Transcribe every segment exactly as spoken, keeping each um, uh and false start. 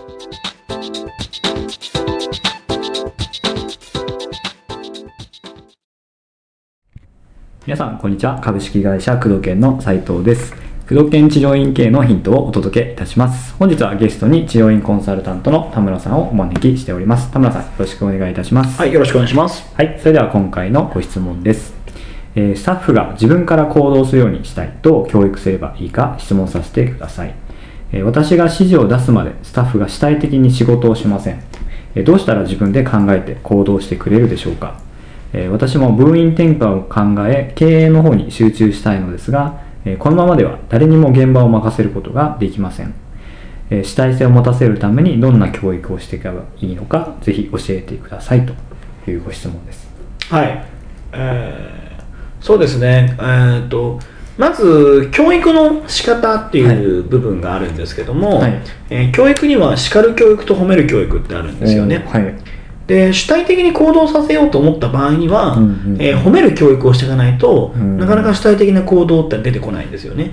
皆さんこんにちは。株式会社工藤研の斉藤です。工藤研治療院経営のヒントをお届けいたします。本日はゲストに治療院コンサルタントの田村さんをお招きしております。田村さん、よろしくお願いいたします。 はい、よろしくお願いします。 はい、それでは今回のご質問です。えー、スタッフが自分から行動するようにしたいと教育すればいいか質問させてください。えー、私が指示を出すまでスタッフが主体的に仕事をしません。えー、どうしたら自分で考えて行動してくれるでしょうか。えー、私も分院転換を考え経営の方に集中したいのですが、えー、このままでは誰にも現場を任せることができません。えー、主体性を持たせるためにどんな教育をしていけばいいのか、ぜひ教えてくださいというご質問です。 はい、えー、そうですね、えー、とまず教育の仕方っていう部分があるんですけども、はい、えー、教育には叱る教育と褒める教育ってあるんですよね。はい、で主体的に行動させようと思った場合には、うんうん、えー、褒める教育をしていかないと、うん、なかなか主体的な行動って出てこないんですよね。うん、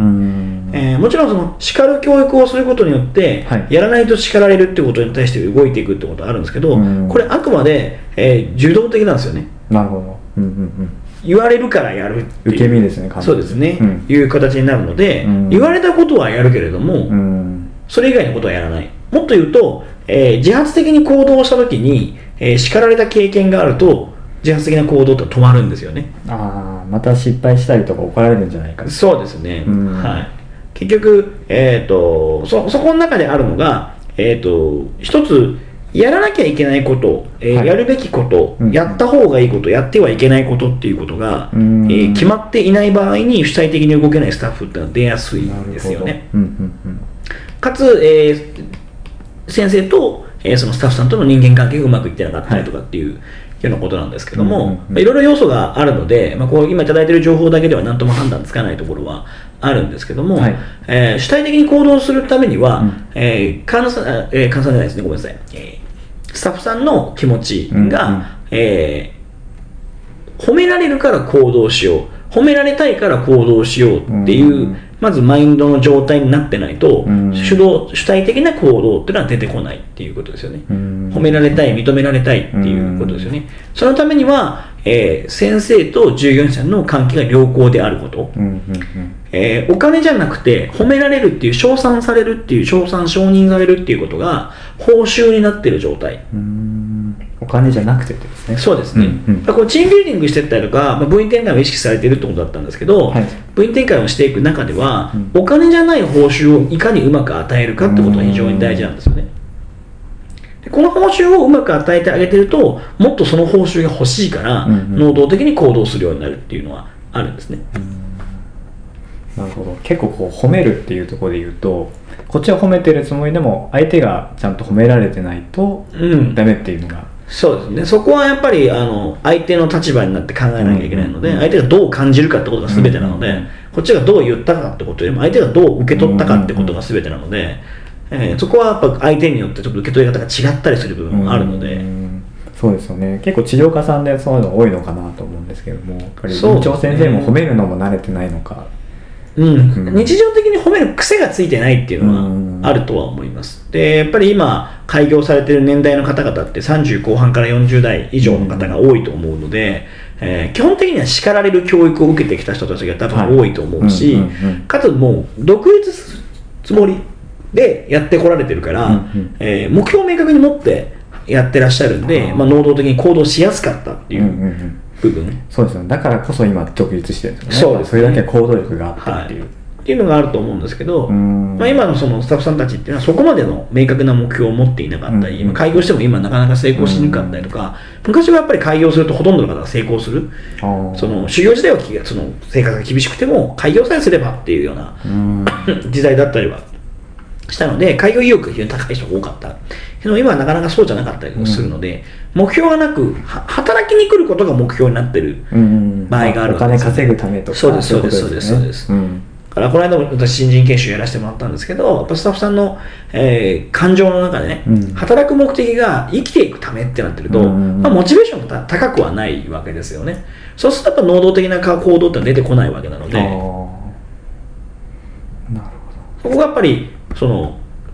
えー、もちろんその叱る教育をすることによって、はい、やらないと叱られるってことに対して動いていくってことがあるんですけど、うん、これあくまで、えー、受動的なんですよね。 なるほど、うんうんうん、 言われるからやるっていう受け身ですね。 そうですね、うん、いう形になるので、うん、言われたことはやるけれども、うん、それ以外のことはやらない。もっと言うと、えー、自発的に行動したときにえー、叱られた経験があると自発的な行動って止まるんですよね。 ああ、また失敗したりとか怒られるんじゃないか。 そうですね、はい、結局、えー、と そ, そこの中であるのが、えー、と一つやらなきゃいけないこと、えーはい、やるべきこと、うん、やった方がいいこと、やってはいけないことっていうことが、えー、決まっていない場合に主体的に動けないスタッフってのは出やすいんですよね。うんうんうん、かつ、えー、先生とえー、そのスタッフさんとの人間関係がうまくいってなかったりとかっていうようなことなんですけども、はい、まあ、いろいろ要素があるので、まあ、こう今いただいている情報だけでは何とも判断つかないところはあるんですけども、はい、えー、主体的に行動するためには、うん、えー、患者さん、えー、患者さんじゃないですね、ごめんなさい、えー、スタッフさんの気持ちが、うんうん、えー、褒められるから行動しよう、褒められたいから行動しようっていう、うん、まずマインドの状態になってないと、うん、主導主体的な行動っていうのは出てこないっていうことですよね。うん、褒められたい、認められたいっていうことですよね。うん、そのためには、えー、先生と従業員さんの関係が良好であること、うんうんうん、えー、お金じゃなくて褒められるっていう称賛されるっていう称賛承認されるっていうことが報酬になっている状態。 うん、お金じゃなくてってですね。 そうですね、うんうん、こうチームビルディングしていったりとか、まあ、部員展開を意識されているってことだったんですけど、はい、部員展開をしていく中では、うん、お金じゃない報酬をいかにうまく与えるかってことが非常に大事なんですよね。でこの報酬をうまく与えてあげてるともっとその報酬が欲しいから、うんうん、能動的に行動するようになるっていうのはあるんですね。 うん、なるほど。結構こう褒めるっていうところで言うとこっちは褒めてるつもりでも相手がちゃんと褒められてないとダメっていうのが、うん、 そうですね。そこはやっぱりあの相手の立場になって考えなきゃいけないので、うんうん、相手がどう感じるかってことが全てなので、うんうん、こっちがどう言ったかってことよりも相手がどう受け取ったかってことが全てなので、うんうんうん、えー、そこはやっぱ相手によってちょっと受け取り方が違ったりする部分もあるので、うん、 そうですよね。結構治療家さんでそういうの多いのかなと思うんですけども、やっぱり院長先生も褒めるのも慣れてないのか、 うんうん、日常的に褒める癖がついてないっていうのはあるとは思います。でやっぱり今開業されている年代の方々ってさんじゅう後半からよんじゅう代以上の方が多いと思うので、うん、えー、基本的には叱られる教育を受けてきた人たちが多分多いと思うし、はい、うんうんうん、かつもう独立するつもりでやってこられてるから、うんうん、えー、目標を明確に持ってやってらっしゃるんで、まあ、能動的に行動しやすかったっていう、うんうんうん、部分。 そうですね。だからこそ今独立してるんですよね。そうですね。それだけ行動力があってっていう、はい、 っていうのがあると思うんですけど、まあ、今のそのスタッフさんたちっていうのはそこまでの明確な目標を持っていなかったり、うんうん、開業しても今なかなか成功しにくかったりとか、うん、昔はやっぱり開業するとほとんどの方が成功する、その修行時代はその生活が厳しくても開業さえすればっていうような、うん、時代だったりはしたので、開業意欲が非常に高い人が多かったけど、今はなかなかそうじゃなかったりするので、うん、目標がなく働きに来ることが目標になってる場合があるわけです、 お金稼ぐためとか。 そうですそうですそうですそうです、うん、だからこの間も私新人研修やらせてもらったんですけど、やっぱスタッフさんの、えー、感情の中でね、うん、働く目的が生きていくためってなってると、うんうん、まあ、モチベーションが高くはないわけですよね。そうするとやっぱ能動的な行動って出てこないわけなので、なるほど。そこがやっぱりその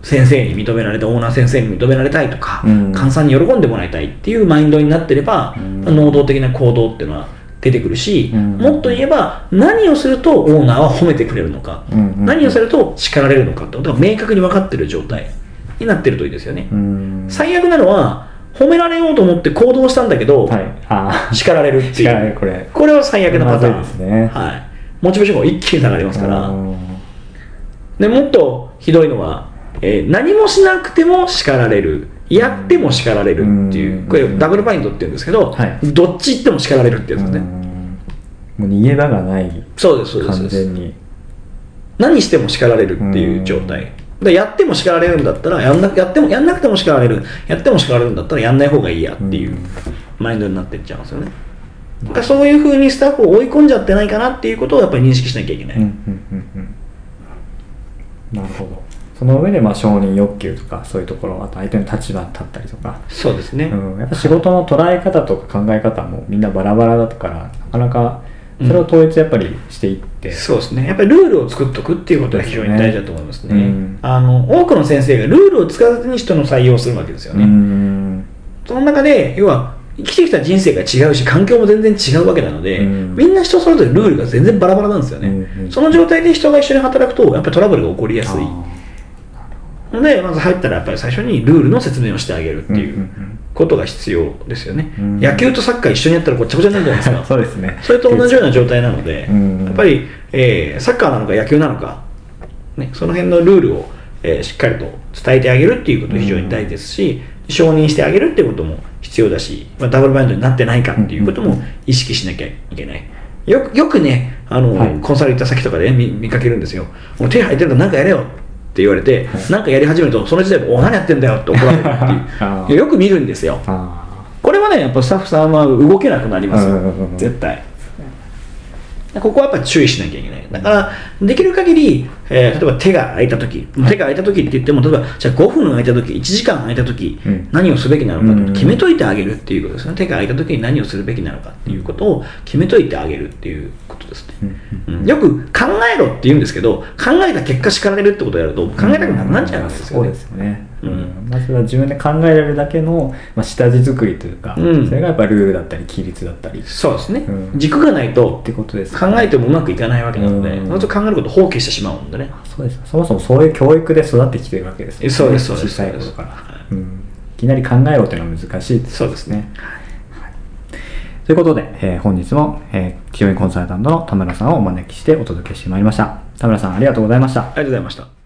先生に認められたい、オーナー先生に認められたいとか、 うん、 監査に喜んでもらいたいっていうマインドになってれば、うん、能動的な行動っていうのは出てくるし、うん、もっと言えば何をするとオーナーは褒めてくれるのか、うん、何をすると叱られるのかってことが明確に分かってる状態になってるといいですよね。うん、最悪なのは褒められようと思って行動したんだけど、はい、あ叱られるっていうこれこれは最悪なパターンですね。はい、モチベーションが一気に下がりますから。でもっとひどいのは、えー、何もしなくても叱られる、やっても叱られるっていう、これダブルバインドっていうんですけど、はい、どっち行っても叱られるってやつですね。 もう逃げ場がない。 そうですそうです、完全に何しても叱られるっていう状態で、やっても叱られるんだったらやんな、やってもやんなくても叱られる、やっても叱られるんだったらやんない方がいいやっていうマインドになっていっちゃうんですよね。だからそういう風にスタッフを追い込んじゃってないかなっていうことをやっぱり認識しなきゃいけない。うんうんうんうん、なるほど。その上でまあ承認欲求とかそういうところ、あと相手の立場に立ったりとか、 そうですね、 うん、やっぱ仕事の捉え方とか考え方もみんなバラバラだからなかなかそれを統一やっぱりしていって、うん、 そうですね、やっぱりルールを作っとくっていうことが非常に大事だと思いますね。うん、あの多くの先生がルールを使わずに人の採用をするわけですよね。うん、その中で要は生きてきた人生が違うし環境も全然違うわけなので、うん、みんな人それぞれルールが全然バラバラなんですよね。うんうん、その状態で人が一緒に働くとやっぱりトラブルが起こりやすいので、まず入ったらやっぱり最初にルールの説明をしてあげるっていうことが必要ですよね。うんうんうん、野球とサッカー一緒にやったらごっちゃごちゃになるじゃないですか。 そうですね。 それと同じような状態なので、うんうん、やっぱり、えー、サッカーなのか野球なのか、ね、その辺のルールを、えー、しっかりと伝えてあげるっていうことが非常に大事ですし、うん、承認してあげるっていうことも必要だし、まあ、ダブルバインドになってないかっていうことも意識しなきゃいけない。よく、よくね、あの、はい、コンサル行った先とかで 見, 見かけるんですよ。もう手入ってるから何かやれよって言われて、はい、なんかやり始めるとその時点で「お何やってんだよ」って怒られるっていうよく見るんですよ。これはねやっぱスタッフさんは動けなくなりますよ絶対。ここはやっぱり注意しなきゃいけない。だからできる限り、えー、例えば手が空いた時、手が空いた時って言っても、例えばじゃあごふん空いた時、いちじかん空いた時、うん、何をすべきなのかと決めといてあげるっていうことですね。手が空いた時に何をするべきなのかっていうことを決めといてあげるっていうことですね。うんうん、よく考えろって言うんですけど、考えた結果叱られるってことをやると考えたくなくなっちゃいますよね。 そうですよね。うん、まずは自分で考えられるだけの、まあ、下地作りというか、うん、それがやっぱルールだったり規律だったり、 そうですね、うん、軸がないとってことです、ね、 考えてもうまくいかないわけなので、うん、その考えることを放棄してしまうんでね。 そうです。そもそもそういう教育で育ってきてるわけですね。 そうですそうです。 小さい頃から、うん、いきなり考えろというのは難しいですね。 そうですね、 はい、ということで、えー、本日も、えー、企業コンサルタントの田村さんをお招きしてお届けしてまいりました。田村さんありがとうございました。ありがとうございました。